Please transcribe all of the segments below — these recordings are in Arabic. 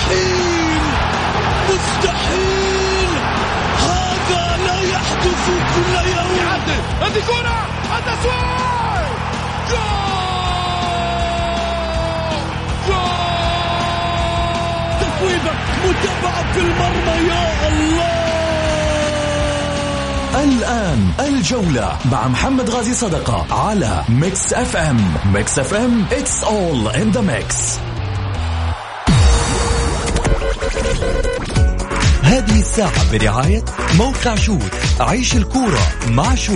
مستحيل مستحيل، هذا لا يحدث كل يوم. هذه كرة التسويق، جول جول، تسويبة متابعة في المرمى، يا الله. الآن الجولة مع محمد غازي صدقة على ميكس اف ام. ميكس اف ام it's all in the mix. هذه الساعة برعاية موقع شوت. عيش الكورة مع شوت.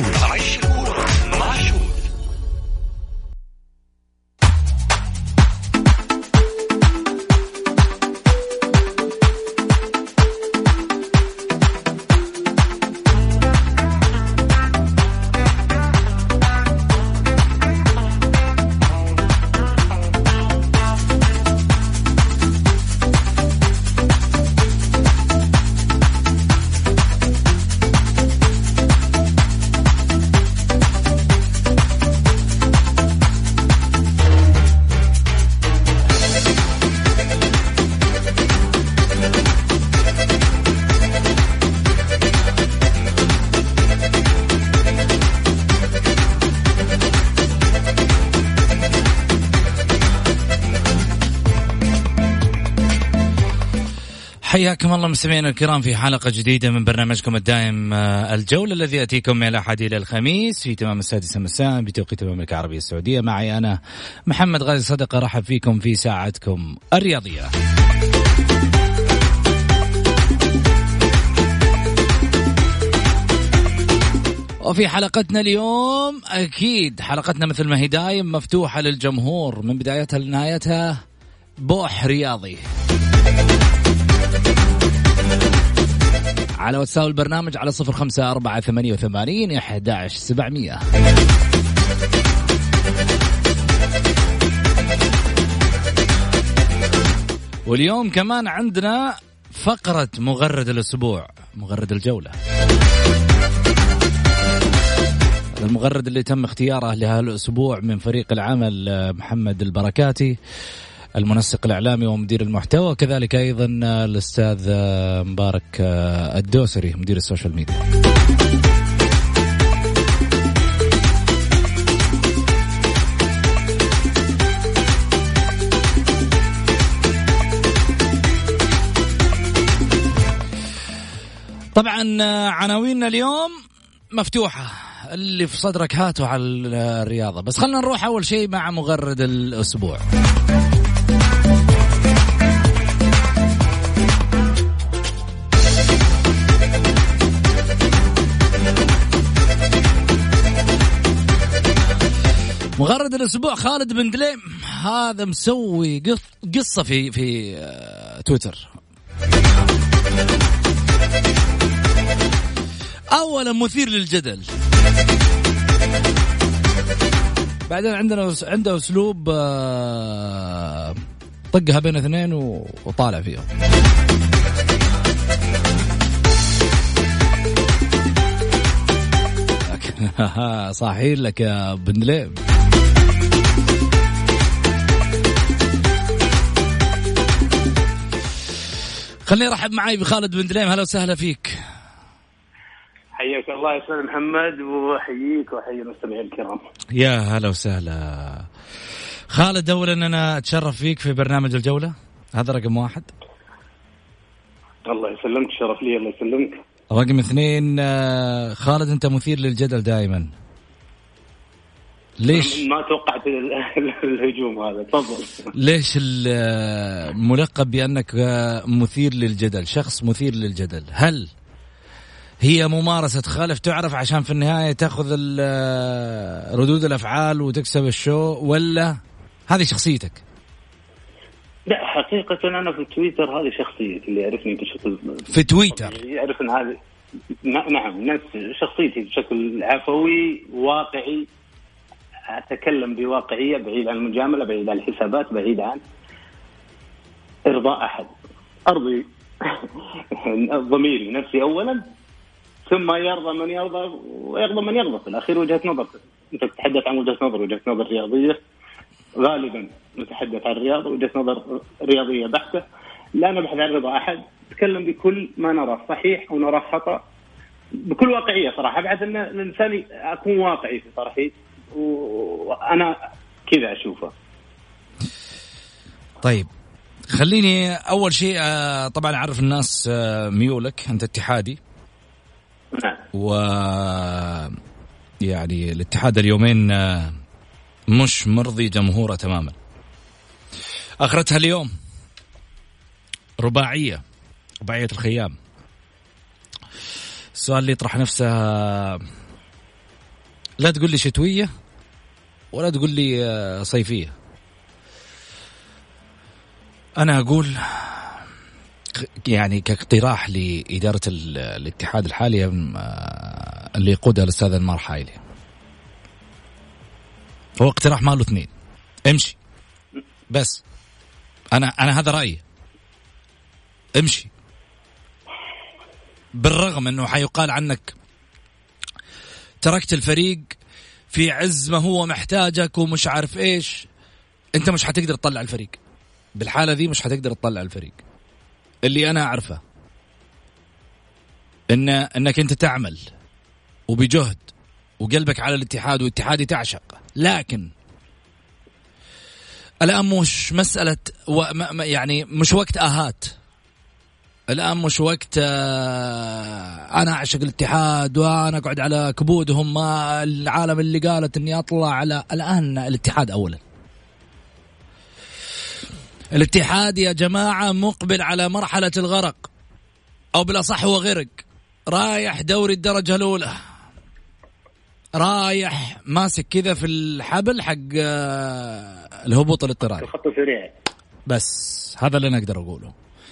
حياكم الله مستمعينا الكرام في حلقة جديدة من برنامجكم الدائم الجولة، الذي يأتيكم من الأحد إلى الخميس في تمام 6 مساء بتوقيت المملكة العربية السعودية. معي أنا محمد غازي صدقة، رحب فيكم في ساعتكم الرياضية. وفي حلقتنا اليوم أكيد حلقتنا مثل ما هي دايم مفتوحة للجمهور من بدايتها لنهايتها، بوح رياضي. على واتساب البرنامج على 0548811700. واليوم كمان عندنا فقرة مغرد الأسبوع، مغرد الجولة. المغرد اللي تم اختياره لهالأسبوع من فريق العمل محمد البركاتي المنسق الإعلامي ومدير المحتوى، كذلك أيضا الأستاذ مبارك الدوسري مدير السوشيال ميديا. طبعا عناويننا اليوم مفتوحة، اللي في صدرك هاته على الرياضة. بس خلنا نروح أول شيء مع مغرد الأسبوع. مغرد الأسبوع خالد بن دليم، هذا مسوي قصة في تويتر. أولا مثير للجدل، بعدين عنده أسلوب طقها بين اثنين وطالع فيهم. صحيح لك يا بن دليم. خليني ارحب معي بخالد بن دليم. هلا وسهلا فيك. حياك الله يا استاذ محمد، وحييك وحيي المستمعين الكرام. يا هلا وسهلا خالد. اولا انا اتشرف فيك في برنامج الجولة، هذا رقم 1. الله يسلمك، شرف لي. الله يسلمك. رقم 2 خالد، انت مثير للجدل دائما، ليش؟ ما توقعت الهجوم هذا. تفضل. ليش الملقب بأنك مثير للجدل، شخص مثير للجدل؟ هل هي ممارسة خلف تعرف عشان في النهاية تأخذ ردود الأفعال وتكسب الشو، ولا هذه شخصيتك؟ لا حقيقة أنا في تويتر هذه شخصيتي، اللي يعرفني بشكل في تويتر يعرف أن هذه نعم نفس شخصيتي بشكل عفوي واقعي، أتكلم بواقعية، بعيد عن المجاملة، بعيد عن الحسابات، بعيد عن إرضاء أحد. أرضي ضميري نفسي أولا، ثم يرضى من يرضى ويرضى من يرضى. في الأخير وجهة نظر، أنت تتحدث عن وجهة نظر رياضية، غالبا نتحدث عن الرياضة، وجهة نظر رياضية بحتة. لا نبحث عن رضا أحد، نتكلم بكل ما نراه صحيح أو نراه خطأ بكل واقعية صراحة. أبعد أن الإنسان أكون واقعي في طرحي، وأنا كذا أشوفه. طيب خليني أول شيء طبعا أعرف الناس ميولك، أنت اتحادي. نعم. يعني الاتحاد اليومين مش مرضي جمهوره تماما. آخرتها اليوم رباعية الخيام. السؤال اللي يطرح نفسه، لا تقول لي شتوية ولا تقول لي صيفية. أنا أقول يعني كاقتراح لإدارة الاتحاد الحالي اللي يقودها الأستاذ أنمار حايلي، هو اقتراح ماله اثنين: امشي بس. أنا هذا رأيي، امشي، بالرغم أنه حيقال عنك تركت الفريق في عز ما هو محتاجك ومش عارف إيش. أنت مش حتقدر تطلع الفريق بالحالة ذي، مش حتقدر تطلع الفريق. اللي أنا أعرفه أنك أنت تعمل وبجهد وقلبك على الاتحاد، والاتحادي تعشق، لكن الآن مش مسألة يعني مش وقت آهات. الآن مش وقت أنا أعشق الاتحاد وأنا أقعد على كبودهم، ما العالم اللي قالت أني أطلع على. الآن الاتحاد أولا. الاتحاد يا جماعة مقبل على مرحلة الغرق، أو بالأصح هو غرق، رايح دوري الدرجة الأولى، رايح ماسك كذا في الحبل حق الهبوط الاضطراري، الخط سريع. بس هذا اللي أنا أقدر أقوله.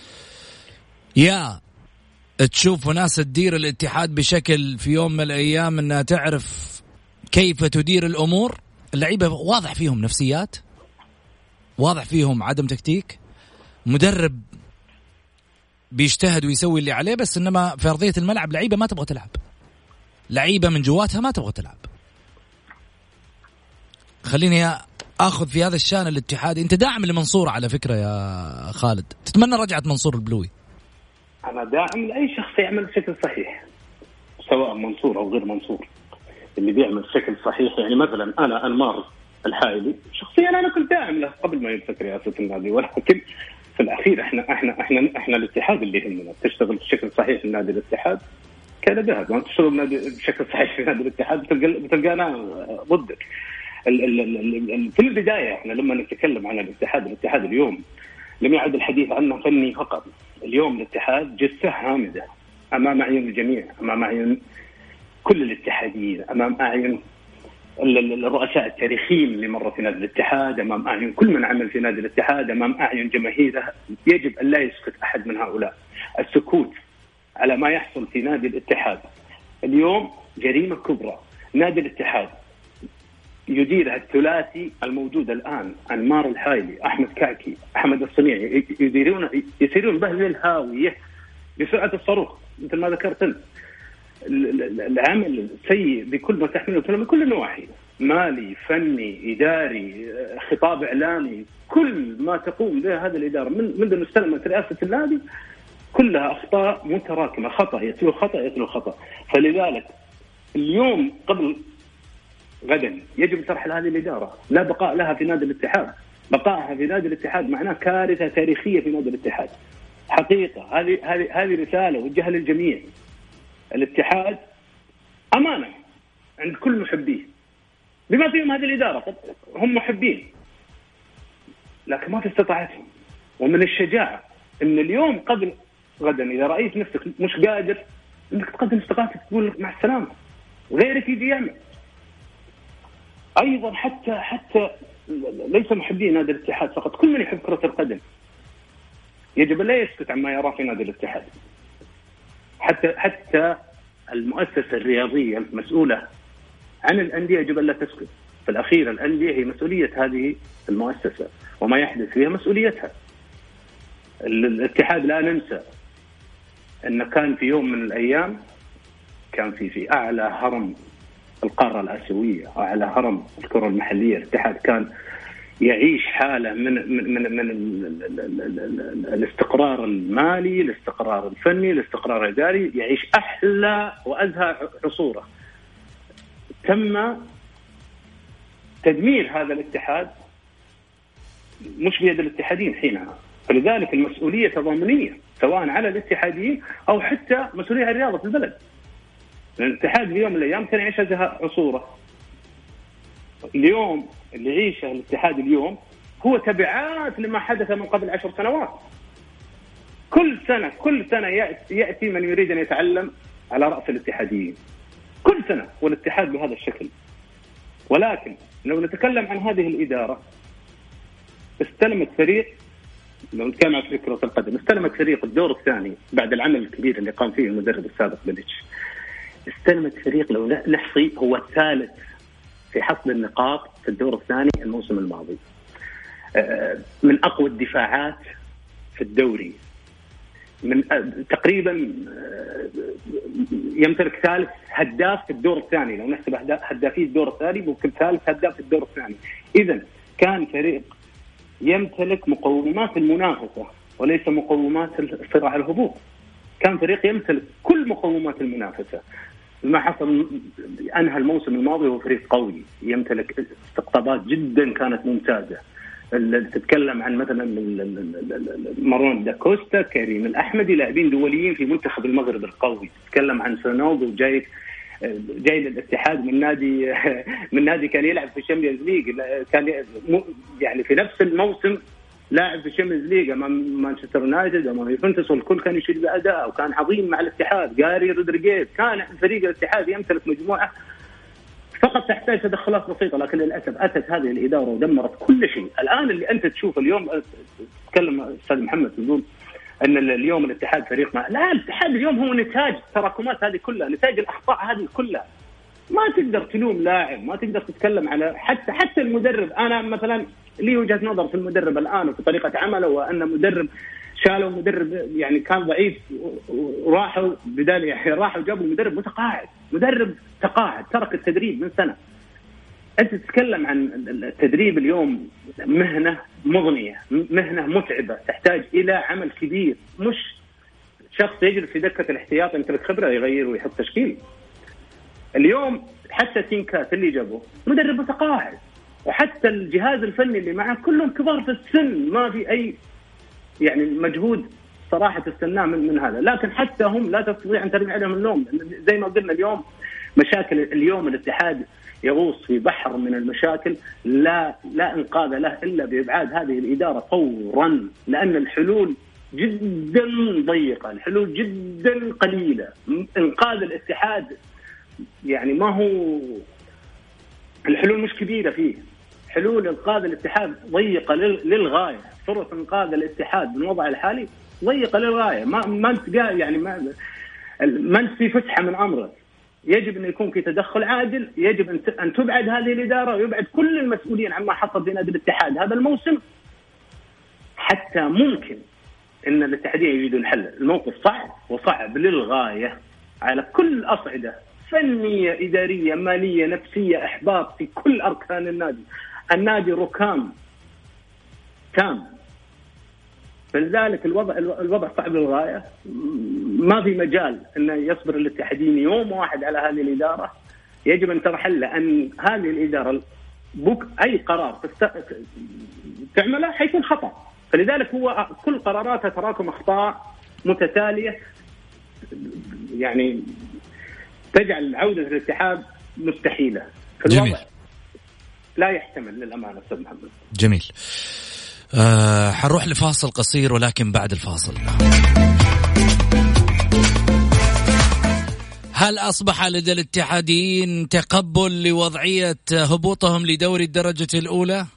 يا تشوف ناس تدير الاتحاد بشكل في يوم من الأيام أنها تعرف كيف تدير الأمور. اللعيبة واضح فيهم نفسيات، واضح فيهم عدم تكتيك، مدرب بيجتهد ويسوي اللي عليه، بس إنما في أرضية الملعب لعيبة ما تبغى تلعب، لعيبة من جواتها ما تبغى تلعب. خليني أخذ في هذا الشان الاتحاد. أنت داعم لمنصور على فكرة يا خالد، تتمنى رجعة منصور البلوي؟ أنا داعم لأي شخص يعمل بشكل صحيح، سواء منصور أو غير منصور. اللي بيعمل بشكل صحيح، يعني مثلا أنا أنمار الحائلي شخصيا أنا كنت داعم له قبل ما يمسك رئاسة النادي، ولكن في الأخير إحنا الاتحاد اللي يهمنا. تشتغل بشكل صحيح في نادي الاتحاد كان ذهب، ما تشتغل بشكل صحيح في نادي الاتحاد بتلقانا ضدك. في البداية إحنا لما نتكلم عن الاتحاد اليوم لم يعد الحديث عنه فني فقط. اليوم الاتحاد جثة هامدة أمام أعين الجميع، أمام أعين كل الاتحاديين، أمام أعين الرؤساء التاريخيين اللي مروا في نادي الاتحاد، أمام أعين كل من عمل في نادي الاتحاد، أمام أعين جماهيره. يجب أن لا يسكت أحد من هؤلاء. السكوت على ما يحصل في نادي الاتحاد اليوم جريمة كبرى. نادي الاتحاد يديرها الثلاثي الموجود الآن، أنمار الحايلي، أحمد كعكي، أحمد الصنيعي، يسيرون به الهاوية بسرعة الصاروخ مثل ما ذكرت أنت. العمل سيء بكل ما تحمله من كل النواحي، مالي، فني، إداري، خطاب إعلامي، كل ما تقوم به هذه الإدارة منذ أن استلمت رئاسة النادي كلها أخطاء متراكمة، خطأ يتلو خطأ يتلو خطأ. فلذلك اليوم قبل غدا يجب ترحل هذه الإدارة، لا بقاء لها في نادي الاتحاد. بقائها في نادي الاتحاد معناه كارثة تاريخية في نادي الاتحاد حقيقة. هذه رسالة وجهها للجميع. الاتحاد أمانة عند كل محبيه بما فيهم هذه الإدارة، هم محبين لكن ما في استطاعتهم. ومن الشجاعة أن اليوم قبل غدا إذا رأيت نفسك مش قادر أنك تقدم استقالتك تقول مع السلامة، غيرك يجي يعمل. أيضا حتى ليس محبين نادي الاتحاد فقط، كل من يحب كرة القدم يجب لا يسكت عما يرى في نادي الاتحاد. حتى المؤسسة الرياضية المسؤولة عن الأندية يجب أن لا تسكت. في الأخير الأندية هي مسؤولية هذه المؤسسة، وما يحدث فيها مسؤوليتها. الاتحاد لا ننسى أن كان في يوم من الأيام كان في أعلى هرم القارة الآسيوية، أعلى هرم الكرة المحلية. الاتحاد كان يعيش حالة من الاستقرار المالي، الاستقرار الفني، الاستقرار الإداري، يعيش أحلى وأزهى عصوره. تم تدمير هذا الاتحاد مش بيد الاتحادين حينها، فلذلك المسؤولية تضامنية سواء على الاتحاديين أو حتى مسؤولية على رياضة البلد. الاتحاد اليوم من الأيام كان يعيش أزهى عصوره. اليوم اللي يعيشه الاتحاد اليوم هو تبعات لما حدث من قبل 10 سنوات. كل سنة يأتي من يريد أن يتعلم على رأس الاتحاديين كل سنة، والاتحاد بهذا الشكل. ولكن لو نتكلم عن هذه الإدارة، استلمت فريق، لو نتكلم عن كرة القدم، استلمت فريق الدور الثاني بعد العمل الكبير اللي قام فيه المدرب السابق بليتش. استلمت فريق لو نحصي هو الثالث في حصد النقاط في الدور الثاني الموسم الماضي، من أقوى الدفاعات في الدوري، من تقريبا يمتلك ثالث هداف في الدور الثاني. لو نحسب هدافي الدور الثاني ممكن ثالث هداف في الدور الثاني. إذن كان فريق يمتلك مقومات المنافسة وليس مقومات الصراع الهبوط. كان فريق يمتلك كل مقومات المنافسة. ما حصل أنهى الموسم الماضي هو فريق قوي يمتلك استقطابات جدا كانت ممتازة. تتكلم عن مثلا مارون داكوستا، كريم الأحمدي، لاعبين دوليين في منتخب المغرب القوي. تتكلم عن سنوغو جاي للاتحاد من نادي كان يلعب في الشامبيونز ليج، كان يعني في نفس الموسم لاعب في الشامبيونز ليج امام مانشستر يونايتد امام يوفنتوس، والكل كان يشيد بأداءه وكان عظيم مع الاتحاد. جاري رودريغيز كان فريق الاتحاد يمتلك مجموعة فقط تحتاج تدخلات بسيطة، لكن للأسف أتت هذه الإدارة ودمرت كل شيء. الآن اللي أنت تشوف اليوم، تكلم أستاذ محمد تقول أن اليوم الاتحاد فريق لا، الاتحاد اليوم هو نتاج تراكمات هذه كلها، نتاج الأخطاء هذه كلها. ما تقدر تلوم لاعب، ما تقدر تتكلم على حتى المدرب. أنا مثلا لي وجهة نظر في المدرب الآن وفي طريقة عمله، وأن مدرب شالوا مدرب يعني كان ضعيف وراحوا بدال يعني راحوا جابوا مدرب متقاعد، مدرب تقاعد ترك التدريب من سنة. أنت تتكلم عن التدريب اليوم مهنة مضنية، مهنة متعبة، تحتاج إلى عمل كبير، مش شخص يجلس في دكة الاحتياط يمتلك خبرة يغير ويحط تشكيل. اليوم حتى تينكات اللي جابوه مدرب متقاعد، وحتى الجهاز الفني اللي معه كلهم كبار في السن، ما في أي يعني مجهود صراحة تستناه من هذا. لكن حتى هم لا تستطيع أن ترمي عليهم اللوم. زي ما قلنا اليوم مشاكل اليوم الاتحاد يغوص في بحر من المشاكل، لا انقاذ له إلا بإبعاد هذه الإدارة فورا، لأن الحلول جدا ضيقة، الحلول جدا قليلة. انقاذ الاتحاد يعني ما هو، الحلول مش كبيرة فيه، حلول انقاذ الاتحاد ضيقة للغاية. فرص انقاذ الاتحاد بالوضع الحالي ضيقة للغاية. ما انت يعني ما انت في فسحة من أمره. يجب أن يكون في تدخل عاجل، يجب أن تبعد هذه الإدارة ويبعد كل المسؤولين عما حصل في نادي الاتحاد هذا الموسم، حتى ممكن أن الاتحادية يجدوا الحل. الموقف صعب وصعب للغاية على كل الأصعدة، فنية، إدارية، مالية، نفسية، إحباط في كل أركان النادي ركام تام. فلذلك الوضع صعب للغاية. ما في مجال أن يصبر الاتحادين يوم واحد على هذه الإدارة. يجب أن ترحل، لأن هذه الإدارة أي قرار تعمله حيكون خطأ. فلذلك هو كل قراراتها تراكم أخطاء متتالية، يعني تجعل عودة الاتحاد مستحيلة. في الوضع جميل. لا يحتمل للأمانة أستاذ محمد. جميل. حنروح لفاصل قصير، ولكن بعد الفاصل هل أصبح لدى الاتحاديين تقبل لوضعية هبوطهم لدوري الدرجة الأولى؟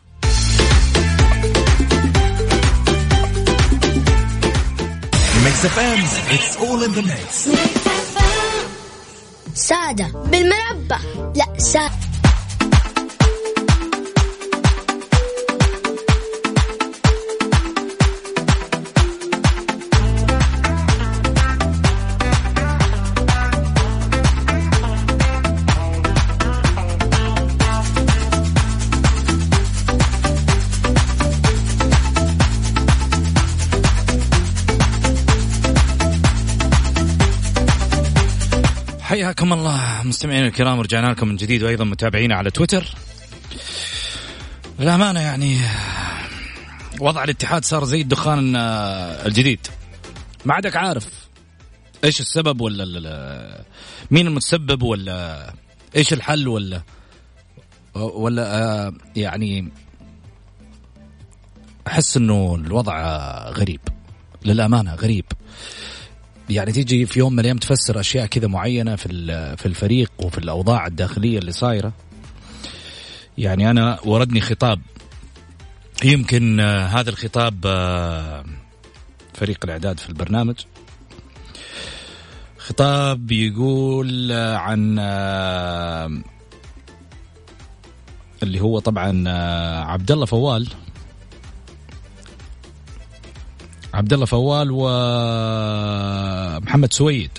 Mix FM, it's all in the mix. سادة بالمربع، لا سادة. حياكم الله مستمعين الكرام، ورجعنا لكم من جديد وأيضا متابعينا على تويتر. بالأمانة يعني وضع الاتحاد صار زي الدخان الجديد، ما عادك عارف إيش السبب ولا مين المتسبب ولا إيش الحل ولا يعني أحس إنه الوضع غريب للأمانة، غريب. يعني تيجي في يوم من الأيام تفسر أشياء كذا معينة في الفريق وفي الأوضاع الداخلية اللي صايرة. يعني أنا وردني خطاب، يمكن هذا الخطاب فريق الإعداد في البرنامج، خطاب يقول عن اللي هو طبعا عبد الله فوال ومحمد سويد.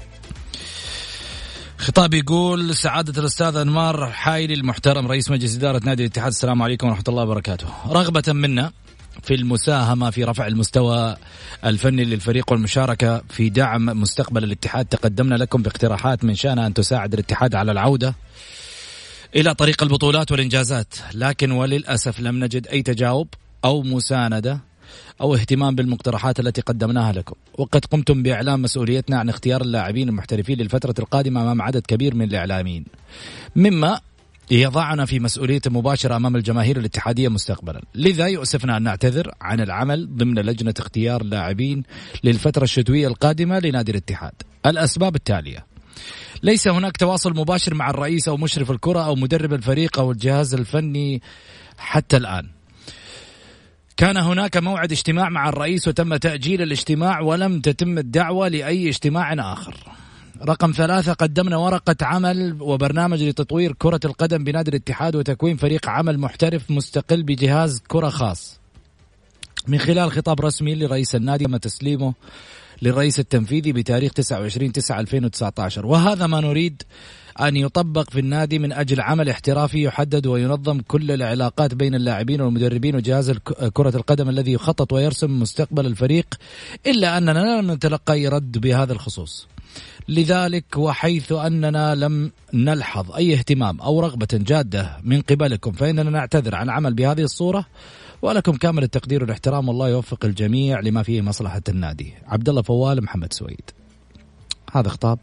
خطاب يقول: سعادة الأستاذ أنمار حايلي المحترم رئيس مجلس إدارة نادي الاتحاد، السلام عليكم ورحمة الله وبركاته. رغبة منا في المساهمة في رفع المستوى الفني للفريق والمشاركة في دعم مستقبل الاتحاد، تقدمنا لكم باقتراحات من شأنها أن تساعد الاتحاد على العودة إلى طريق البطولات والإنجازات، لكن وللأسف لم نجد أي تجاوب أو مساندة أو اهتمام بالمقترحات التي قدمناها لكم. وقد قمتم بإعلام مسؤوليتنا عن اختيار اللاعبين المحترفين للفترة القادمة أمام عدد كبير من الإعلاميين، مما يضعنا في مسؤولية مباشرة أمام الجماهير الاتحادية مستقبلا. لذا يؤسفنا أن نعتذر عن العمل ضمن لجنة اختيار لاعبين للفترة الشتوية القادمة لنادي الاتحاد. الأسباب التالية: ليس هناك تواصل مباشر مع الرئيس أو مشرف الكرة أو مدرب الفريق أو الجهاز الفني حتى الآن. كان هناك موعد اجتماع مع الرئيس وتم تأجيل الاجتماع ولم تتم الدعوة لأي اجتماع آخر. رقم 3: قدمنا ورقة عمل وبرنامج لتطوير كرة القدم بنادي الاتحاد وتكوين فريق عمل محترف مستقل بجهاز كرة خاص، من خلال خطاب رسمي لرئيس النادي تم تسليمه للرئيس التنفيذي بتاريخ 29/9/2019. وهذا ما نريد أن يطبق في النادي من أجل عمل احترافي يحدد وينظم كل العلاقات بين اللاعبين والمدربين وجهاز كرة القدم الذي يخطط ويرسم مستقبل الفريق، إلا أننا لم نتلقى أي رد بهذا الخصوص. لذلك وحيث أننا لم نلحظ أي اهتمام أو رغبة جادة من قبلكم، فإننا نعتذر عن العمل بهذه الصورة، ولكم كامل التقدير والاحترام، والله يوفق الجميع لما فيه مصلحة النادي. عبد الله فوال، محمد سويد. هذا خطاب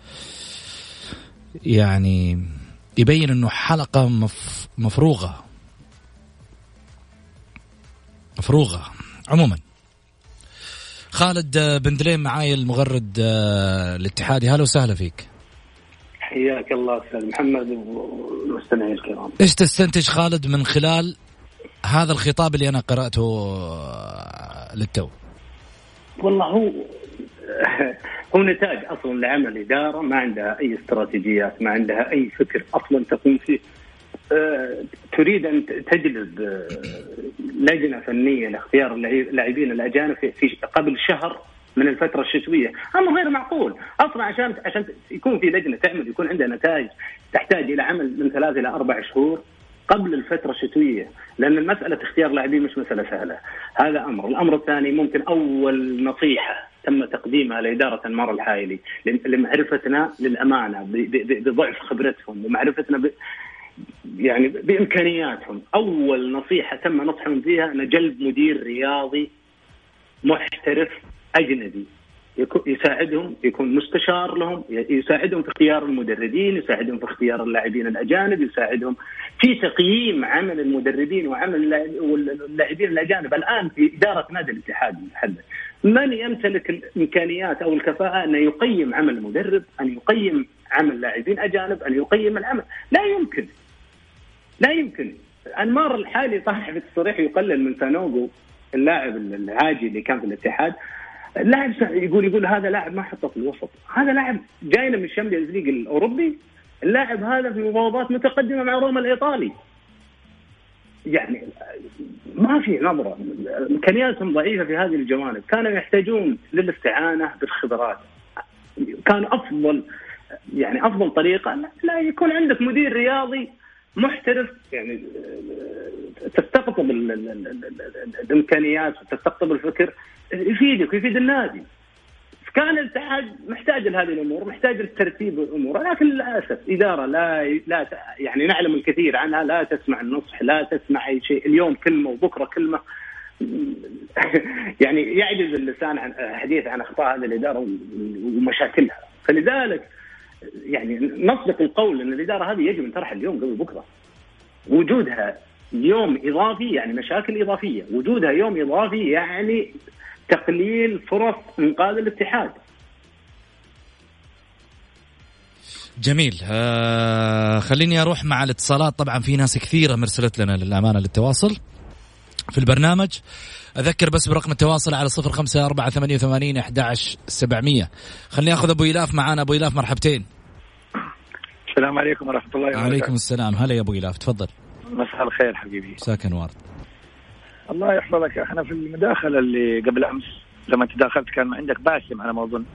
يعني يبين أنه حلقة مفروغة. عموما خالد بن دليم معاي المغرد الاتحادي، هلا وسهلا فيك. حياك الله أستاذ محمد والمستمعين الكرام. إيش تستنتج خالد من خلال هذا الخطاب اللي أنا قرأته للتو؟ والله هو نتاج أصلا لعمل إدارة ما عندها أي استراتيجيات، ما عندها أي فكر أصلا تقوم فيه. تريد أن تجلب لجنة فنية لاختيار اللاعبين الأجانب في قبل شهر من الفترة الشتوية. أمر غير معقول أصلا. عشان يكون في لجنة تعمل يكون عندها نتائج تحتاج إلى عمل من 3 إلى 4 شهور قبل الفترة الشتوية، لأن المسألة اختيار لاعبين مش مسألة سهلة. هذا أمر. الأمر الثاني، ممكن أول نصيحة تم تقديمها لإدارة أنمار الحايلي لمعرفتنا للأمانة بضعف خبرتهم ومعرفتنا يعني بإمكانياتهم، أول نصيحة تم نصحهم فيها أن جلب مدير رياضي محترف أجنبي يساعدهم، يكون مستشار لهم، يساعدهم في اختيار المدربين، يساعدهم في اختيار اللاعبين الأجانب، يساعدهم في تقييم عمل المدربين وعمل اللاعبين الأجانب. الآن في إدارة نادي الاتحاد من يمتلك الإمكانيات أو الكفاءة أن يقيم عمل المدرب، أن يقيم عمل لاعبين أجانب، أن يقيم العمل؟ لا يمكن. أنمار الحالي صحيح في التصريح يقلل من سانوغو اللاعب الهاجي اللي كان في الاتحاد. اللاعب يقول هذا لاعب ما حطه في الوسط، هذا لاعب جاينا من الشامبيونز ليج الأوروبي، اللاعب هذا في مفاوضات متقدمة مع روما الإيطالي. يعني ما في نظرة، إمكانياتهم ضعيفة في هذه الجوانب. كانوا يحتاجون للاستعانة بالخبرات. كان أفضل طريقة لا يكون عندك مدير رياضي محترف، يعني تستقطب الإمكانيات وتستقطب الفكر، يفيدك ويفيد النادي. كان الاتحاد محتاج لهذه الامور، محتاج لترتيب الامور، لكن للاسف اداره لا يعني نعلم الكثير عنها، لا تسمع النصح، لا تسمع اي شيء، اليوم كلمه وبكره كلمه. يعني يعجز اللسان عن الحديث عن اخطاء هذه الاداره ومشاكلها. فلذلك يعني نصدق القول ان الاداره هذه يجب ان ترحل اليوم قبل بكره. وجودها يوم اضافي يعني مشاكل اضافيه، وجودها يوم اضافي يعني تقليل فرص انقاذ الاتحاد. جميل. خليني اروح مع الاتصالات. طبعا في ناس كثيره مرسلت لنا للامانه للتواصل في البرنامج. اذكر بس برقم التواصل على 0548811700. خليني اخذ ابو إلاف معانا. ابو إلاف مرحبتين. السلام عليكم ورحمه الله وبركاته. عليكم السلام. هلا يا ابو إلاف، تفضل. مساء الخير حبيبي. ساكن وارد. الله يحفظك. احنا في المداخله اللي قبل امس لما تداخلت كان عندك باسم على ما اظن.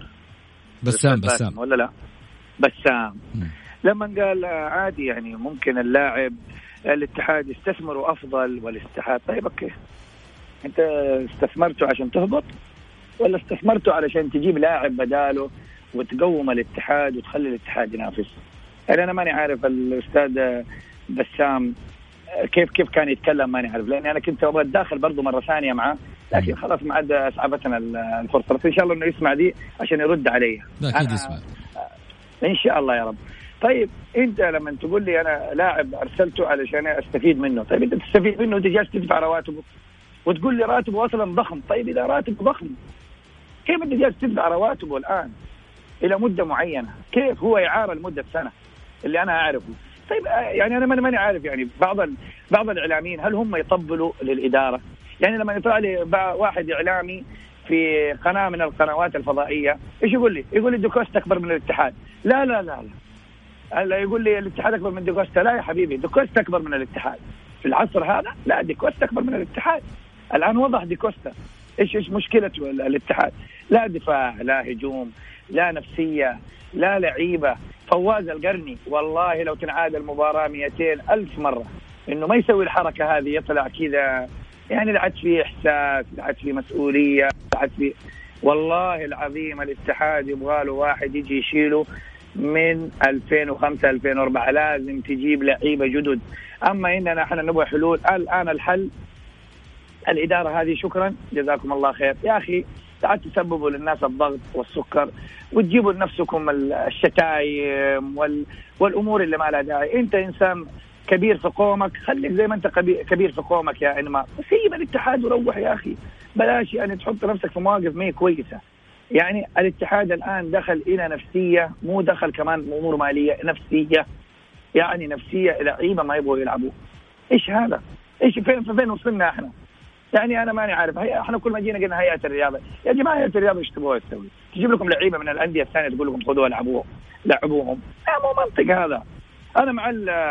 بسام ولا لا؟ بسام. لما قال عادي يعني ممكن اللاعب الاتحاد يستثمروا افضل والاتحاد. طيب اوكي، انت استثمرته عشان تهبط ولا استثمرته علشان تجيب لاعب بداله وتقوم الاتحاد وتخلي الاتحاد ينافس؟ يعني انا ماني عارف الاستاذ بسام كيف كان يتكلم، ماني عارف، لاني انا كنت ابغى اتداخل برضو مره ثانيه معه، لكن خلاص ما عاد اسعفتنا الفرصه. بس ان شاء الله انه يسمع دي عشان يرد علي. اكيد يسمع ان شاء الله يا رب. طيب انت لما تقول لي انا لاعب ارسلته علشان استفيد منه، طيب انت تستفيد منه وانت جالس تدفع رواتبه وتقول لي راتبه اصلا ضخم. طيب اذا راتبه ضخم كيف انت جالس تدفع رواتبه الان الى مده معينه؟ كيف هو اعاره لمده سنه اللي انا اعرفه؟ طيب يعني انا ماني عارف. يعني بعض الاعلاميين هل هم يطبلوا للاداره؟ يعني لما يطلع لي واحد اعلامي في قناه من القنوات الفضائيه ايش يقول لي؟ يقول لي دوكوستا اكبر من الاتحاد. لا لا لا لا، لا يقول لي الاتحاد اكبر من دوكوستا. لا يا حبيبي، دوكوستا اكبر من الاتحاد في العصر هذا. لا، دوكوستا اكبر من الاتحاد الان. وضح دوكوستا ايش مشكله الاتحاد؟ لا دفاع، لا هجوم، لا نفسيه، لا لعيبه. فواز القرني والله لو تنعاد المباراه 200,000 مره انه ما يسوي الحركه هذه، يطلع كذا يعني لعت فيه احساس، لعت فيه مسؤوليه، لعت فيه. والله العظيم الاتحاد يبغى له واحد يجي يشيله من 2005 2004. لازم تجيب لعيبه جدد. اما اننا احنا نبغى حلول الان. الحل الاداره هذه. شكرا جزاكم الله خير يا اخي. تعال تسببوا للناس الضغط والسكر وتجيبوا لنفسكم الشتايم والامور اللي ما لها داعي. انت انسان كبير في قومك، خليك زي ما انت كبير في قومك يا انمار. سيب الاتحاد وروح يا اخي، بلاش يعني تحط نفسك في مواقف ما كويسه. يعني الاتحاد الان دخل الى نفسيه، مو دخل كمان امور ماليه، نفسيه. يعني نفسيه لعيبه ما يبغوا يلعبوا. ايش هذا؟ ايش فين وصلنا احنا؟ يعني انا ماني عارف. احنا كل ما جينا قلنا هيئه الرياضه، يا جماعه هيئه الرياضه ايش تبغوا تسوي؟ تجيب لكم لعيبه من الانديه الثانيه تقول لكم خذوها لعبوهم. مو منطق هذا. انا مع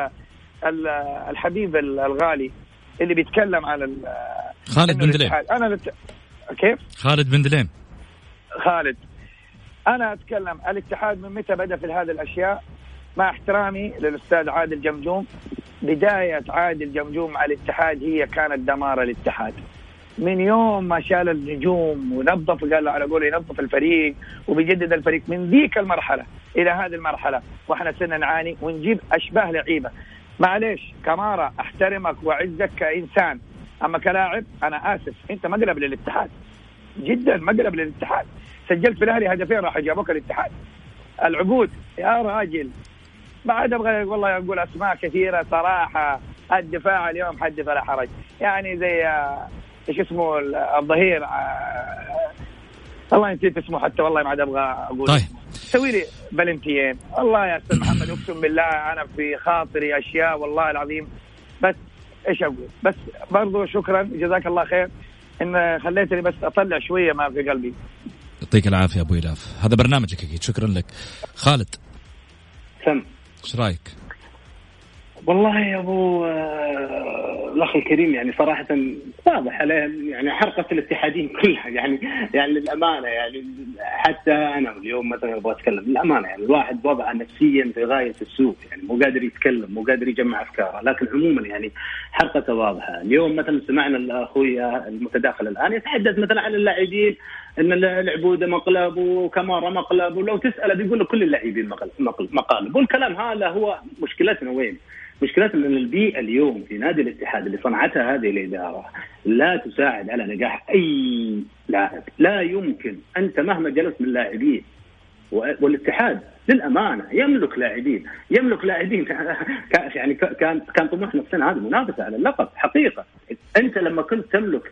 الحبيب الغالي اللي بيتكلم على خالد بن دليم. كيف؟ خالد بن دليم. خالد، انا اتكلم الاتحاد من متى بدا في هذه الاشياء؟ مع احترامي للاستاذ عادل جمجوم، بدايه عادل جمجوم مع الاتحاد هي كانت دمار الاتحاد. من يوم ما شال النجوم ونظف، قال على قوله ينظف الفريق وبيجدد الفريق، من ذيك المرحله الى هذه المرحله واحنا صرنا نعاني ونجيب اشباه لعيبه. معليش كمارة، احترمك واعزك كإنسان، اما كلاعب انا اسف، انت مقلب للاتحاد جدا، مقلب للاتحاد. سجلت في الاهلي هدفين راح جابوك الاتحاد. العبود يا راجل، بعد ابغى والله اقول اسماء كثيره صراحه. الدفاع اليوم حدث ولا حرج، يعني زي ايش اسمه الظهير، والله نسيت اسمه حتى، والله ما عاد ابغى اقول. طيب سوي لي فالنتين والله يا استاذ محمد، اقسم بالله انا في خاطري اشياء والله العظيم. بس ايش اقول؟ بس برضو شكرا جزاك الله خير ان خليتني بس اطلع شويه ما في قلبي. يعطيك العافيه ابو إلاف، هذا برنامجك اكيد. شكرا لك. خالد سم، ايش رايك؟ والله يا ابو الأخ الكريم يعني صراحة واضح عليه يعني حرقة الاتحادين كلها يعني للأمانة يعني حتى أنا اليوم مثلا أبغى أتكلم للأمانة يعني الواحد وضعه نفسيا في غاية السوء يعني مو قادر يتكلم مو قادر يجمع أفكاره لكن عموما يعني حرقة واضحة. اليوم مثلا سمعنا الأخويا المتداخل الآن يتحدث مثلا عن اللاعبين إن العبودة مقلب وكمارة مقلب ولو تسأله بيقول كل اللاعبين مقالب والكلام هذا هو مشكلتنا. وين مشكلتنا؟ أن البيئة اليوم في نادي الاتحاد اللي صنعتها هذه الإدارة لا تساعد على نجاح أي لاعب. لا يمكن أنت مهما جلست من لاعبين والاتحاد للأمانة يملك لاعبين يعني كان طموحنا السنة هذه منافسة على اللقب حقيقة. أنت لما كنت تملك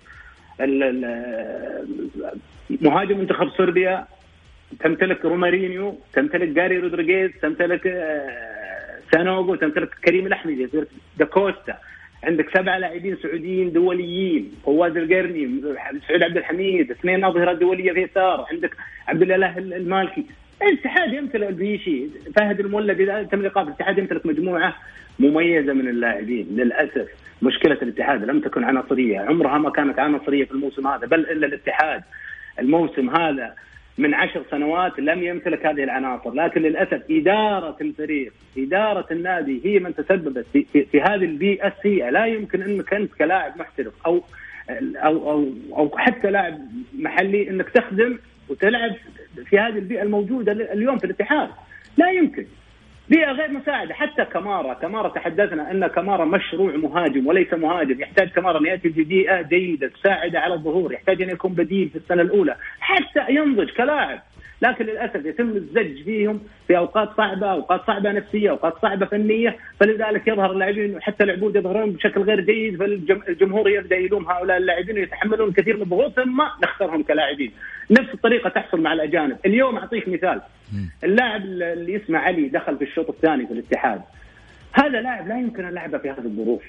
مهاجم منتخب صربيا تمتلك رومارينيو تمتلك جاري رودريغيز تمتلك سانوغو تمتلك كريم الأحمدي داكوستا عندك 7 لاعبين سعوديين دوليين فواز القرني سعود عبد الحميد 2 أظهرة دولية في يسار عندك عبد الله المالكي. الاتحاد يمتلك البيشي فهد المولد إذا تملك الاتحاد يمتلك مجموعة مميزة من اللاعبين. للأسف مشكلة الاتحاد لم تكن عناصرية عمرها ما كانت عناصرية في الموسم هذا بل إلا الاتحاد الموسم هذا من 10 سنوات لم يمتلك هذه العناصر. لكن للأسف إدارة الفريق إدارة النادي هي من تسببت في هذه البيئة السيئة. لا يمكن أنك أنت كلاعب محترف أو حتى لاعب محلي أنك تخدم وتلعب في هذه البيئة الموجودة اليوم في الاتحاد. لا يمكن بيئة غير مساعدة. حتى كمارة تحدثنا أن كمارة مشروع مهاجم وليس مهاجم. يحتاج كمارة أن يأتي ببيئة جيدة تساعد على الظهور يحتاج أن يكون بديل في السنة الأولى حتى ينضج كلاعب. لكن للأسف يتم الزج فيهم في أوقات صعبة نفسية أوقات صعبة فنية فلذلك يظهر اللاعبين حتى العبود يظهرون بشكل غير جيد فالجمهور يبدأ يلوم هؤلاء اللاعبين ويتحملون كثير من الضغوط ثم نخسرهم كلاعبين. نفس الطريقة تحصل مع الأجانب. اليوم أعطيك مثال اللاعب اللي اسمه علي دخل في الشوط الثاني في الاتحاد. هذا لاعب لا يمكن أن لعبه في هذه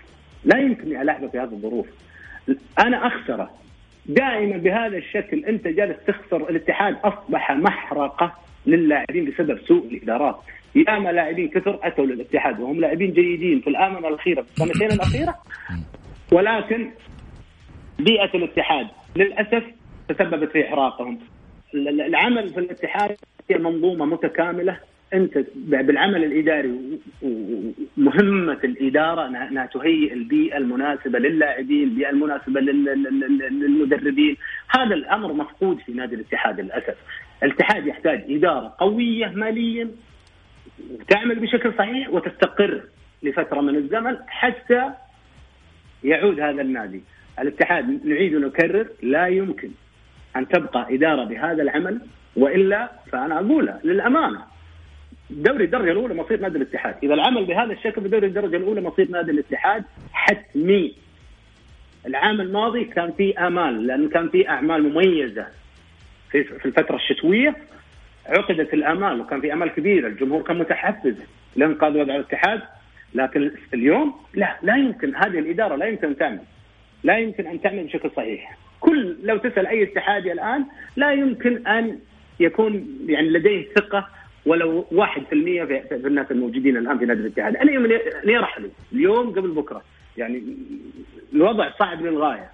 الظروف أنا أخسره دائما بهذا الشكل. أنت جالس تخسر. الاتحاد أصبح محرقة للاعبين بسبب سوء الإدارات. ياما لاعبين كثر أتوا للاتحاد وهم لاعبين جيدين في الآونة الأخيرة في السنتين الأخيرة ولكن بيئة الاتحاد للأسف تسببت في إحراقهم. العمل في الاتحاد هي منظومة متكاملة. أنت بالعمل الإداري مهمة الإدارة أنها تهيئ البيئة المناسبة للاعبين البيئة المناسبة للمدربين. هذا الأمر مفقود في نادي الاتحاد للأسف. الاتحاد يحتاج إدارة قوية ماليا تعمل بشكل صحيح وتستقر لفترة من الزمن حتى يعود هذا النادي. الاتحاد نعيد ونكرر لا يمكن أن تبقى إدارة بهذا العمل وإلا فأنا أقولها للأمانة دوري الدرجة الأولى مصير نادي الاتحاد. إذا العمل بهذا الشكل في دوري الدرجة الأولى مصير نادي الاتحاد حتمي. العام الماضي كان فيه آمال لأن كان فيه أعمال مميزة في الفترة الشتوية عقدت الآمال وكان في أمل كبير. الجمهور كان متحفز لإنقاذ وضع الاتحاد. لكن اليوم لا يمكن هذه الإدارة لا يمكن أن تعمل بشكل صحيح. لو تسأل أي اتحادي الآن لا يمكن أن يكون يعني لديه ثقة ولو 1% في الناس الموجودين الآن في نادي الاتحاد. أنا يوم يرحلوا اليوم قبل بكرة يعني الوضع صعب للغاية.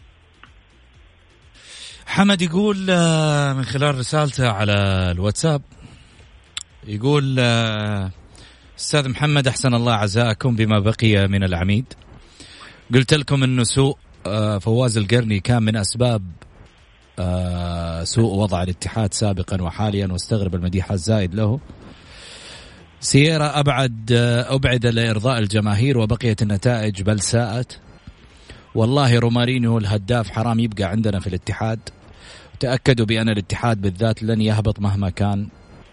حمد يقول من خلال رسالته على الواتساب يقول أستاذ محمد أحسن الله عزاءكم بما بقي من العميد. قلت لكم أنه سوء فواز القرني كان من أسباب سوء وضع الاتحاد سابقا وحاليا واستغرب المديح الزائد له. سييرا أبعد لإرضاء الجماهير وبقيت النتائج بل ساءت. والله رومارينيو الهداف حرام يبقى عندنا في الاتحاد. تأكدوا بأن الاتحاد بالذات لن يهبط مهما كان.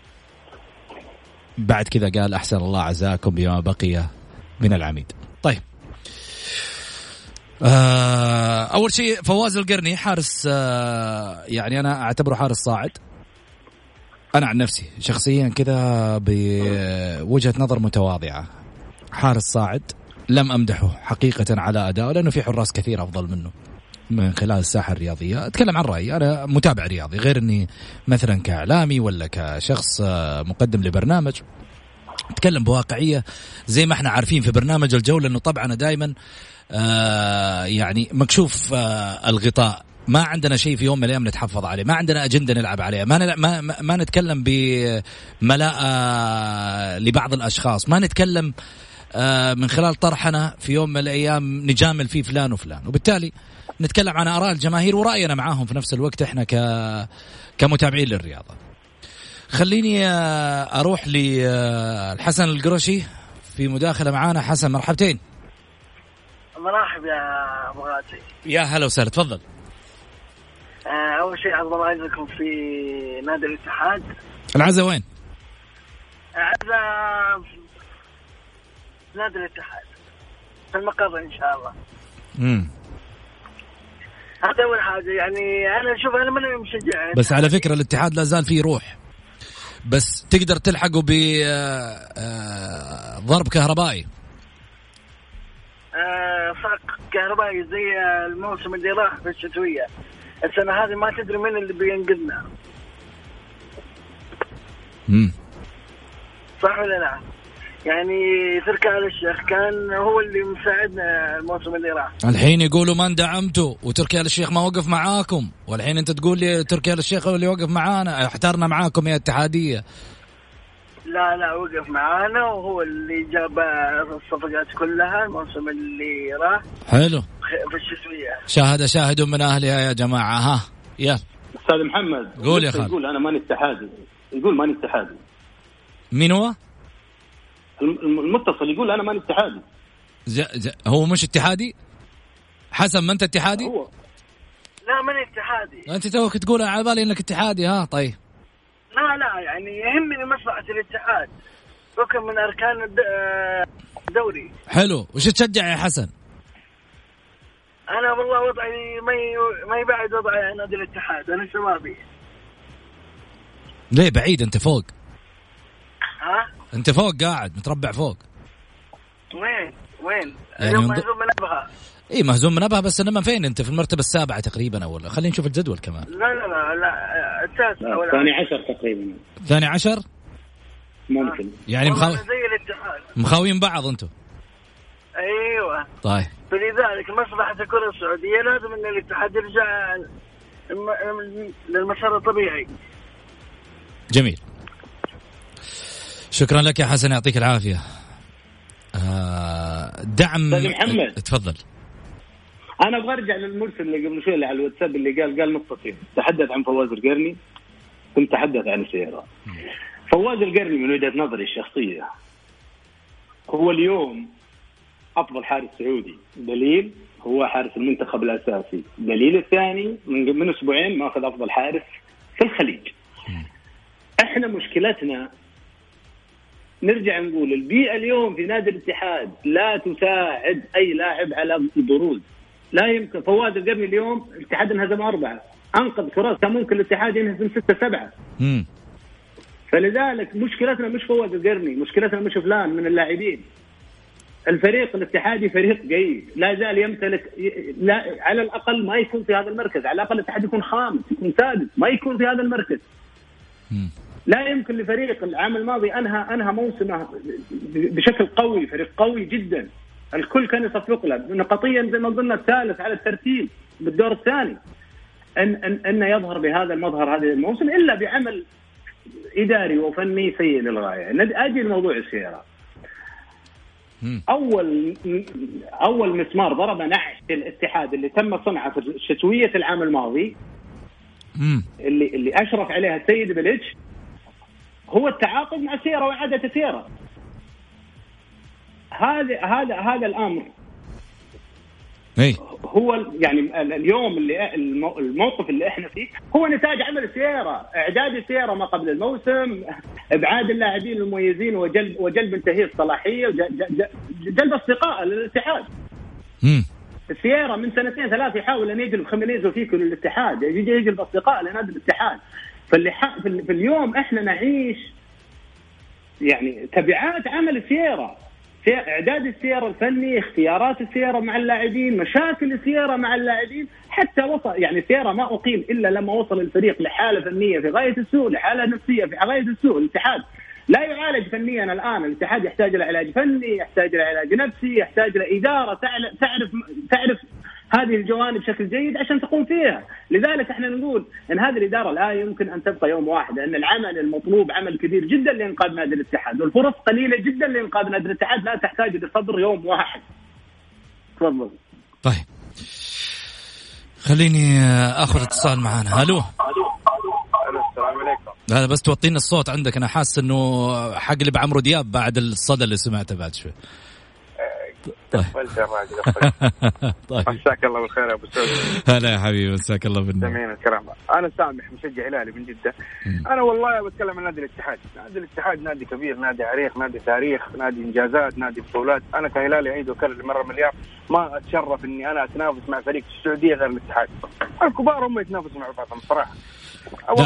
بعد كذا قال أحسن الله عزاكم بما بقي من العميد. طيب أول شيء فواز القرني حارس يعني أنا أعتبره حارس صاعد. أنا عن نفسي شخصيا كذا بوجهة نظر متواضعة حارس صاعد. لم أمدحه حقيقة على أداءه لأنه في حراس كثير أفضل منه من خلال الساحة الرياضية. أتكلم عن رأيي أنا متابع رياضي غير أني مثلا كإعلامي ولا كشخص مقدم لبرنامج. أتكلم بواقعية زي ما احنا عارفين في برنامج الجولة أنه طبعا دائما يعني مكشوف الغطاء، ما عندنا شيء في يوم من الأيام نتحفظ عليه، ما عندنا أجندة نلعب عليها، ما نتكلم بملاءة لبعض الأشخاص، ما نتكلم من خلال طرحنا في يوم من الأيام نجامل فيه فلان وفلان، وبالتالي نتكلم عن آراء الجماهير ورأينا معاهم في نفس الوقت إحنا كمتابعين للرياضة. خليني أروح للحسن القرشي في مداخلة معانا. حسن مرحبتين. مرحب يا أبو غازي. يا هلا وسهلا، تفضل. أول شيء عظم عزكم في نادي الاتحاد. العزة وين؟ عزة نادي الاتحاد في المقر إن شاء الله. هذا أول حاجة. يعني أنا شوف أنا من مشجع، بس على فكرة الاتحاد لا زال فيه روح، بس تقدر تلحقه بضرب كهربائي. فرق كهربائي زي الموسم اللي راح في الشتوية. السنة هذه ما تدري من اللي بينقذنا. صح ولا لا؟ يعني تركي آل الشيخ كان هو اللي مساعدنا الموسم اللي راح. الحين يقولوا ما اندعمتوا وتركي آل الشيخ ما وقف معاكم، والحين انت تقول لي تركي آل الشيخ هو اللي وقف معانا. احترنا معاكم يا اتحادية. لا وقف معانا وهو اللي جاب الصفقات كلها الموسم اللي راح. حلو في الشتوية. شاهد من أهلها يا جماعة. ها يا أستاذ محمد قول يا خالد. يقول أنا ماني اتحادي، يقول ماني اتحادي. مين هو؟ المتصل يقول أنا ماني اتحادي. هو مش اتحادي؟ حسن ما أنت اتحادي؟ هو لا ماني اتحادي. أنت توك تقول على بالي إنك اتحادي. ها طيب. لا يعني يهمني مصلحة الاتحاد، ركن من أركان الدوري. حلو. وش تشجع يا حسن؟ أنا والله وضعي ما يبعد وضعي عن نادي الاتحاد. أنا شبابي. ليه بعيد؟ أنت فوق. ها؟ أنت فوق قاعد متربع فوق. وين؟ يعني اليوم مهزوم من أبها. إيه مهزوم من أبها، بس إنما فين أنت؟ في المرتبة السابعة تقريبا أولا. خلينا نشوف الجدول كمان. لا التاسع الثاني عشر تقريبا. ثاني عشر ممكن. يعني زي الاتحاد مخاوين بعض أنتوا. أيوة. طيب. فلذلك مصلحة الكرة السعودية لازم إن الاتحاد يرجع للمسار الطبيعي. جميل. شكرا لك يا حسن، يعطيك العافية. دعم محمد. تفضل. أنا أبغى أرجع للمرسل اللي قبل شوي على الواتساب اللي قال نقطتين. تحدث عن فواز القرني، كنت تحدث عن السيارة. فواز القرني من وجهة نظري الشخصية هو اليوم أفضل حارس سعودي. دليل هو حارس المنتخب الأساسي. دليل الثاني من أسبوعين ما أخذ أفضل حارس في الخليج. إحنا مشكلتنا نرجع نقول البيئة اليوم في نادي الاتحاد لا تساعد أي لاعب على البروز. لا يمكن. فواز القرني اليوم الاتحاد انهزم 4، أنقذ كرات كان ممكن الاتحاد ينهزم 6-7. فلذلك مشكلتنا مش فواز القرني، مشكلتنا مش فلان من اللاعبين. الفريق الاتحادي فريق جيد، لا زال يمتلك، لا على الأقل ما يكون في هذا المركز، على الأقل الاتحاد يكون خامس، يكون سادس، ما يكون في هذا المركز. لا يمكن لفريق العام الماضي أنهى موسمه بشكل قوي، فريق قوي جدا، الكل كان يصفق له نقطيا زي ما قلنا الثالث على الترتيب بالدور الثاني، أن يظهر بهذا المظهر هذا الموسم إلا بعمل إداري وفني سيء للغاية. أجي الموضوع السيارة. أول مسمار ضرب نعش الاتحاد اللي تم صنعه في شتوية العام الماضي اللي أشرف عليها السيد بليتش هو التعاقد مع سيارة وإعادة سيارة. هذا الأمر هو يعني اليوم الموقف اللي احنا فيه هو نتاج عمل السيارة، إعداد السيارة ما قبل الموسم، إبعاد اللاعبين المميزين وجلب انتهاء الصلاحية وجلب الثقة للاتحاد. السيارة من 2-3 يحاول أن يجلب خمينيز وفيكو للاتحاد، يجلب الثقة لنادي الاتحاد. في اليوم احنا نعيش يعني تبعات عمل السيارة، إعداد السيارة الفني، اختيارات السيارة مع اللاعبين، مشاكل السيارة مع اللاعبين، حتى وصل يعني السيارة ما أقيم إلا لما وصل الفريق لحالة فنية في غاية السوء، لحالة نفسية في غاية السوء. الاتحاد لا يعالج فنيا. الآن الاتحاد يحتاج إلى علاج فني، يحتاج إلى علاج نفسي، يحتاج إلى إدارة تعرف هذه الجوانب بشكل جيد عشان تقوم فيها. لذلك احنا نقول ان هذه الإدارة لا يمكن ان تبقى يوم واحد، لان العمل المطلوب عمل كبير جدا لإنقاذ نادي الاتحاد، والفرص قليلة جدا لإنقاذ نادي الاتحاد، لا تحتاج لصبر يوم واحد. تفضل. طيب خليني اخذ اتصال معانا. الو السلام عليكم. هذا بس توطينا الصوت عندك، انا حاسس انه حقلب عمرو دياب بعد الصدى اللي سمعته بعد شوي. طيب مساك الله بالخير يا ابو سعود. هلا يا حبيبي، مساك الله بالنور. جميل الكلام. انا سامح مشجع هلالي من جده. انا والله بتكلم عن نادي الاتحاد. نادي الاتحاد نادي كبير، نادي عريق، نادي تاريخ، نادي انجازات، نادي بطولات. انا كهلالي اعيد وكرر مره مليار ما اتشرف اني انا اتنافس مع فريق في السعوديه غير الاتحاد. الكبار هم يتنافسوا مع بعضهم صراحه. لا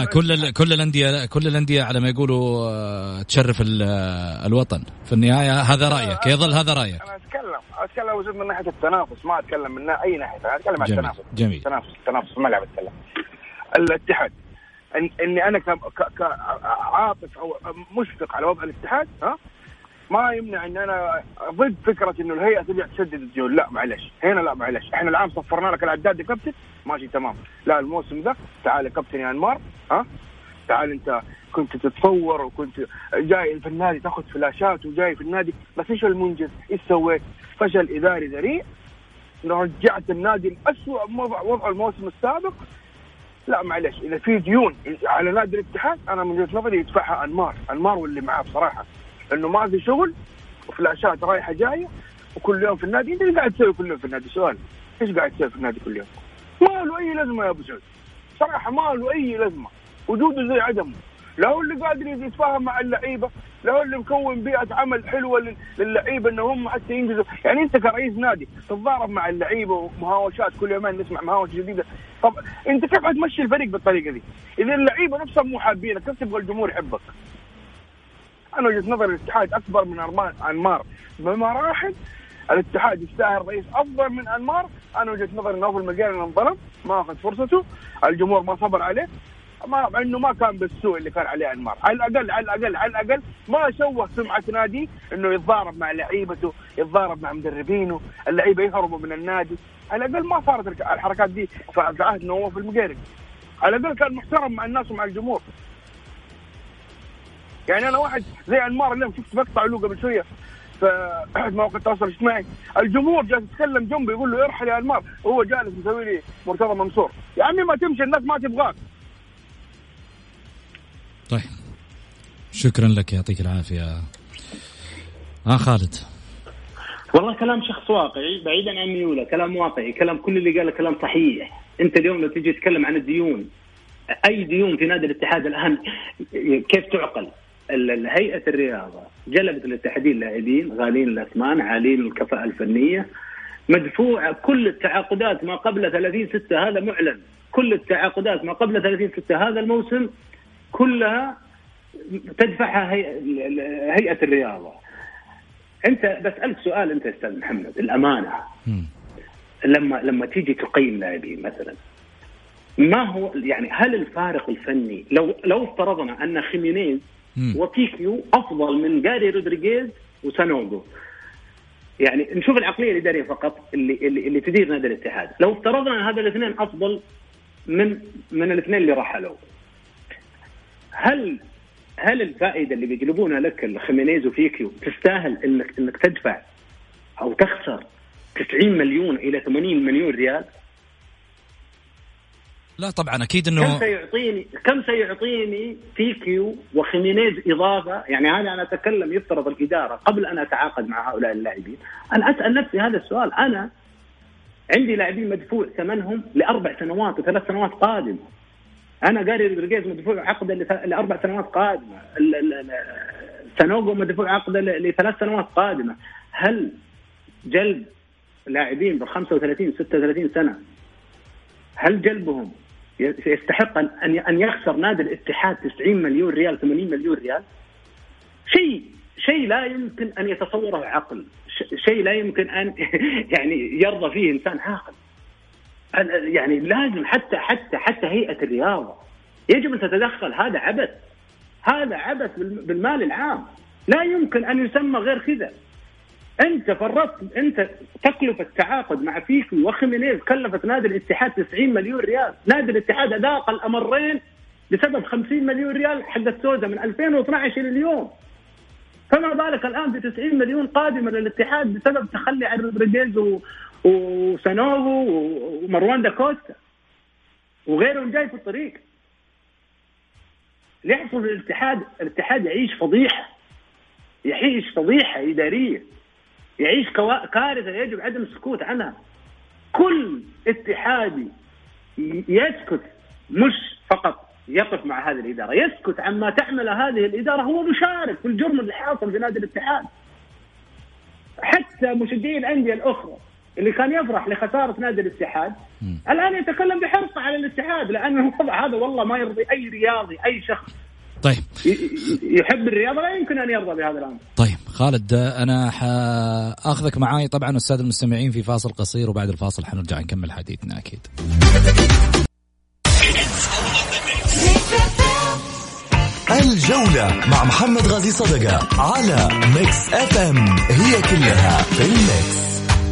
كل الانديه على ما يقولوا تشرف الوطن في النهايه. هذا رايك، يظل هذا رايك. انا اتكلم وجود من ناحيه التنافس، ما اتكلم من اي ناحيه. انا اتكلم عن التنافس. جميل. التنافس ما لعب اتكلم. الاتحاد اني انا كعاطف او مشفق على وضع الاتحاد، ما يمنع ان انا ضد فكره انه الهيئه تبي تسدد الديون. لا معلش، هنا لا معلش، احنا العام صفرنا لك العداد يا كابتن، ماشي تمام. لا الموسم ده تعال يا كابتن يا انمار، تعال انت كنت تتصور وكنت جاي في النادي تاخذ فلاشات وجاي في النادي، بس ايش المنجز؟ ايش سويت؟ فشل اداري ذريع، رجعت النادي الاسوأ وضع الموسم السابق. لا معلش، اذا في ديون على نادي الاتحاد انا من وجهة نظري يدفعها انمار واللي معاه بصراحه، انه ما في شغل وفلاشات رايحه جايه وكل يوم في النادي. انت ايش قاعد تسوي كل يوم في النادي؟ سؤال، ايش قاعد تسوي في النادي كل يوم؟ ما له اي لازمه يا ابو سعود صراحه، ما له اي لازمه، وجوده زي عدمه. لو اللي قادر يتفاهم مع اللعيبه، لو اللي مكون بيئه عمل حلوه للعيبه انه هم حتى ينجزوا. يعني انت كرئيس نادي تتضارب مع اللعيبه ومهاوشات كل يومين نسمع مهاوش جديده. طب انت كيف حتمشي الفريق بالطريقه دي؟ اذا اللعيبه نفسهم مو حابينك كيف تبغى الجمهور يحبك؟ انا وجهة نظر الاتحاد اكبر من انمار بمراحل. الاتحاد يستاهل رئيس افضل من انمار. انا وجهة نظر انه في المجال انظلم، ما اخذ فرصته، الجمهور ما صبر عليه، مع انه ما كان بالسوء اللي كان عليه انمار. على الاقل ما شوه سمعه نادي انه يتضارب مع لعيبته، يتضارب مع مدربينه، اللعيبه يهربوا من النادي. على الاقل ما صارت الحركات دي في عهد نواف المقيري. على الاقل كان محترم مع الناس ومع الجمهور. يعني انا واحد زي انمار اليوم شفت مقطع له قبل شويه في مواقع التواصل الاجتماعي، الجمهور جالس يتكلم جنبه يقول له ارحل يا انمار، وهو جالس مسوي لي مرتضى منصور. يا عمي ما تمشي، الناس ما تبغاك. طيب شكرا لك، يعطيك العافيه. خالد. والله كلام شخص واقعي بعيدا عن ميوله، كلام واقعي، كلام كل اللي قاله كلام صحيح. انت اليوم لو تجي تتكلم عن الديون، اي ديون في نادي الاتحاد الان كيف تعقل؟ هيئة الرياضة جلبت الاتحادين لاعبين غالين الأثمان، عالين الكفاءة الفنية، مدفوعة كل التعاقدات ما قبل 30/6، هذا معلن. كل التعاقدات ما قبل 30/6 هذا الموسم كلها تدفعها هيئة الرياضة. أنت بسألك سؤال أنت أستاذ محمد، الأمانة، لما تيجي تقيم لاعبين مثلا، ما هو يعني هل الفارق الفني لو افترضنا أن خيمينيز وتيكيو أفضل من جاري رودريغيز وسانوغو، يعني نشوف العقلية الإدارية فقط اللي تدير نادي الاتحاد، لو افترضنا أن هذا الاثنين أفضل من الاثنين اللي رحلوا، هل الفائدة اللي بيجلبونها لك الخيمينيز وفيكيو تستاهل إنك تدفع أو تخسر 90 مليون إلى 80 مليون ريال؟ لا طبعا أكيد إنه كم سيعطيني فيكيو وخيمينيز إضافة؟ يعني هذا أنا أتكلم يفترض الإدارة قبل أن أتعاقد مع هؤلاء اللاعبين أنا أسأل نفسي هذا السؤال. أنا عندي لاعبين مدفوع ثمنهم ل4 سنوات و3 سنوات قادمة. أنا جاري رودريغيز مدفوع عقده ل4 سنوات قادمة، سانوغو مدفوع عقده ل3 سنوات قادمة. هل جلب لاعبين ب35 36 سنة، هل جلبهم يستحق أن يخسر نادي الاتحاد 90 مليون ريال 80 مليون ريال؟ شيء لا يمكن أن يتصوره عقل، شيء لا يمكن أن يعني يرضى فيه إنسان عاقل. يعني لازم حتى هيئة الرياضة يجب أن تتدخل. هذا هذا عبث بالمال العام، لا يمكن أن يسمى غير كذا. أنت فرطت، أنت تكلفة التعاقد مع فيكو وخيمينيز كلفت نادي الاتحاد 90 مليون ريال. نادي الاتحاد أذاق الأمرين بسبب 50 مليون ريال حق السوزة من 2012 إلى اليوم، فما بالك الآن ب 90 مليون قادمة للاتحاد بسبب تخلي عن رودريغيز وسانوفو ومروان داكوستا وغيرهم جاي في الطريق. ليحصل الاتحاد يعيش فضيحة إدارية، يعيش كارثة يجب عدم السكوت عنها. كل اتحادي يسكت، مش فقط يقف مع هذه الإدارة، يسكت عما تعمل هذه الإدارة، هو مشارك في الجرم اللي حاصل في نادي الاتحاد. حتى مشجعي الأندية الأخرى اللي كان يفرح لخسارة نادي الاتحاد الآن يتكلم بحرص على الاتحاد، لأنه هذا والله ما يرضي أي رياضي، أي شخص طيب يحب الرياضة لا يمكن أن يرضى بهذا الأمر. طيب خالد، أنا أخذك معاي طبعا أستاذ المستمعين في فاصل قصير، وبعد الفاصل حنرجع نكمل حديثنا أكيد. الجولة مع محمد غازي صدقة على ميكس اف ام، هي كلها في الميكس.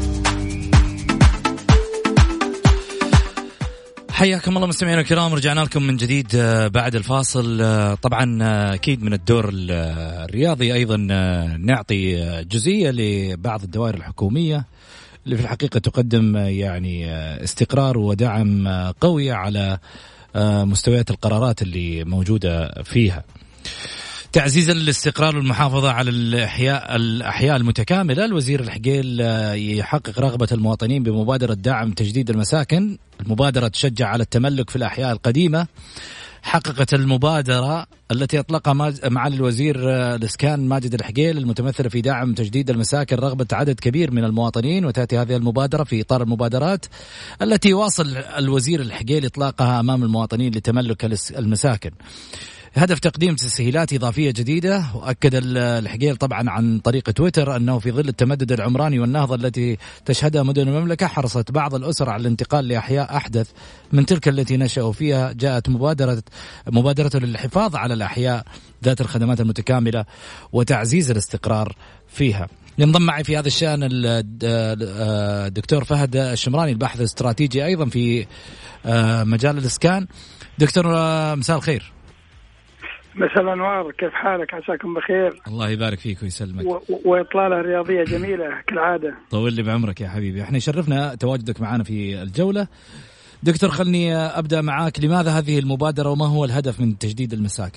حياكم الله مستمعينا الكرام، رجعنا لكم من جديد بعد الفاصل. طبعا أكيد من الدور الرياضي أيضا نعطي جزئية لبعض الدوائر الحكومية اللي في الحقيقة تقدم يعني استقرار ودعم قوي على مستويات القرارات اللي موجودة فيها. تعزيزا للاستقرار والمحافظة على الأحياء المتكاملة، الوزير الحقيل يحقق رغبة المواطنين بمبادرة دعم تجديد المساكن. المبادرة تشجع على التملك في الأحياء القديمة. حققت المبادرة التي أطلقها معالي الوزير الإسكان ماجد الحقيل المتمثلة في دعم تجديد المساكن رغبة عدد كبير من المواطنين، وتأتي هذه المبادرة في إطار المبادرات التي واصل الوزير الحقيل إطلاقها أمام المواطنين لتملك المساكن. هدف تقديم تسهيلات إضافية جديدة. وأكد الحقيل طبعا عن طريق تويتر أنه في ظل التمدد العمراني والنهضة التي تشهدها مدن المملكة، حرصت بعض الأسر على الانتقال لأحياء أحدث من تلك التي نشأوا فيها. جاءت مبادرة للحفاظ على الأحياء ذات الخدمات المتكاملة وتعزيز الاستقرار فيها. ينضم معي في هذا الشأن الدكتور فهد الشمراني، الباحث الاستراتيجي أيضا في مجال الإسكان. دكتور مساء الخير. مساء الأنوار، كيف حالك؟ عساكم بخير. الله يبارك فيك ويسلمك. وإطلالة رياضية جميلة كالعادة. طول لي بعمرك يا حبيبي، احنا يشرفنا تواجدك معنا في الجولة. دكتور خلني أبدأ معاك، لماذا هذه المبادرة وما هو الهدف من تجديد المساكن؟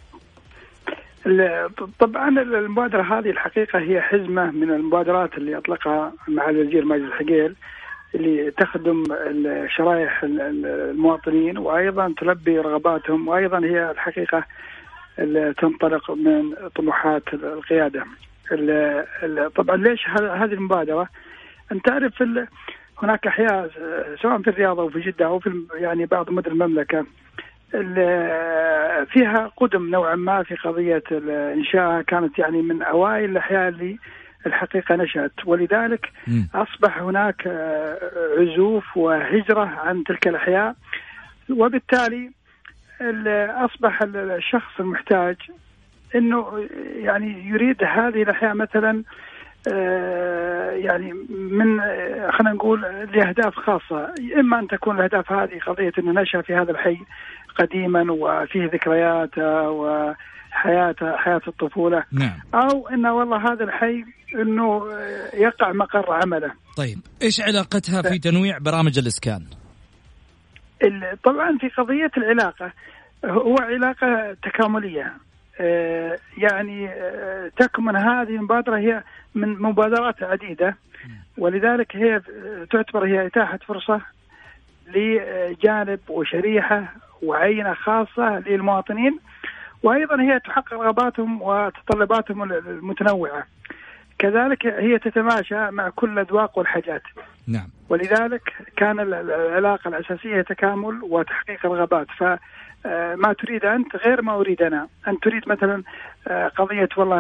طبعا المبادرة هذه الحقيقة هي حزمة من المبادرات اللي أطلقها مع الوزير ماجد الحقيل، اللي تخدم شرائح المواطنين وأيضا تلبي رغباتهم، وأيضا هي الحقيقة تنطلق من طموحات القيادة. طبعا ليش هذه المبادرة؟ أنت تعرف هناك أحياء سواء في الرياض أو في جدة أو في يعني بعض مدن المملكة فيها قدم نوعا ما في قضية الإنشاء، كانت يعني من أوائل الأحياء اللي الحقيقة نشأت، ولذلك أصبح هناك عزوف وهجرة عن تلك الأحياء، وبالتالي أصبح الشخص المحتاج أنه يعني يريد هذه الأحياء مثلا يعني من خلينا نقول لأهداف خاصة، إما أن تكون الأهداف هذه قضية أنه نشأ في هذا الحي قديما وفيه ذكريات وحياة الطفولة، نعم. أو أنه والله هذا الحي أنه يقع مقر عمله. طيب إيش علاقتها في تنويع برامج الإسكان؟ طبعا في قضية العلاقة هو علاقة تكاملية، يعني تكمن هذه المبادرة هي من مبادرات عديدة، ولذلك هي تعتبر هي إتاحة فرصة لجانب وشريحة وعينة خاصة للمواطنين، وأيضا هي تحقق رغباتهم وتطلباتهم المتنوعة، كذلك هي تتماشى مع كل الأذواق والحاجات. نعم. ولذلك كان العلاقة الأساسية تكامل وتحقيق الرغبات، فما تريد أنت غير ما أريد أنا. أنت تريد مثلا قضية والله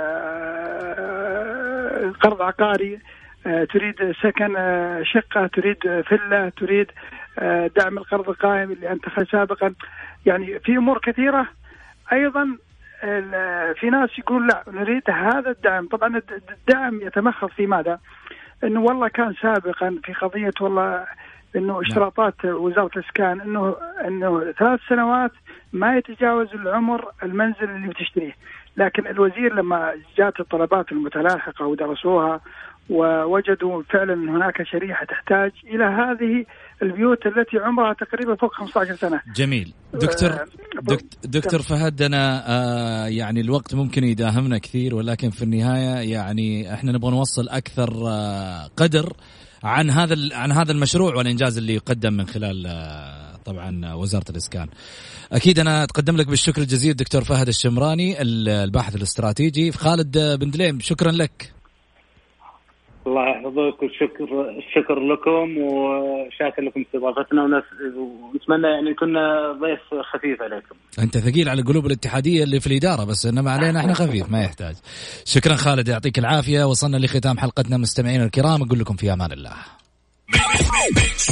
قرض عقاري، تريد سكن شقة، تريد فيلا، تريد دعم القرض القائم اللي أنت سابقا، يعني في أمور كثيرة. أيضا في ناس يقول لا نريد هذا الدعم. طبعا الدعم يتمخض في ماذا؟ انه والله كان سابقا في قضيه والله انه اشتراطات وزاره الاسكان انه 3 سنوات ما يتجاوز العمر المنزل اللي بتشتريه، لكن الوزير لما جاءت الطلبات المتلاحقه ودرسوها ووجدوا فعلا ان هناك شريحه تحتاج الى هذه البيوت التي عمرها تقريبا فوق 15 سنه. جميل. دكتور فهد، أنا يعني الوقت ممكن يداهمنا كثير، ولكن في النهاية يعني احنا نبغى نوصل أكثر قدر عن هذا المشروع والإنجاز اللي يقدم من خلال طبعا وزارة الإسكان. أكيد أنا أتقدم لك بالشكر الجزيل دكتور فهد الشمراني الباحث الاستراتيجي. خالد بن دليم، شكرا لك. الله يحفظك، الشكر لكم وشاكر لكم استضافتنا، ونتمنى يعني كنا ضيف خفيف عليكم. أنت ثقيل على القلوب الاتحادية اللي في الإدارة، بس إنما علينا إحنا خفيف ما يحتاج. شكرا خالد، يعطيك العافية. وصلنا لختام حلقتنا مستمعين الكرام، أقول لكم في أمان الله.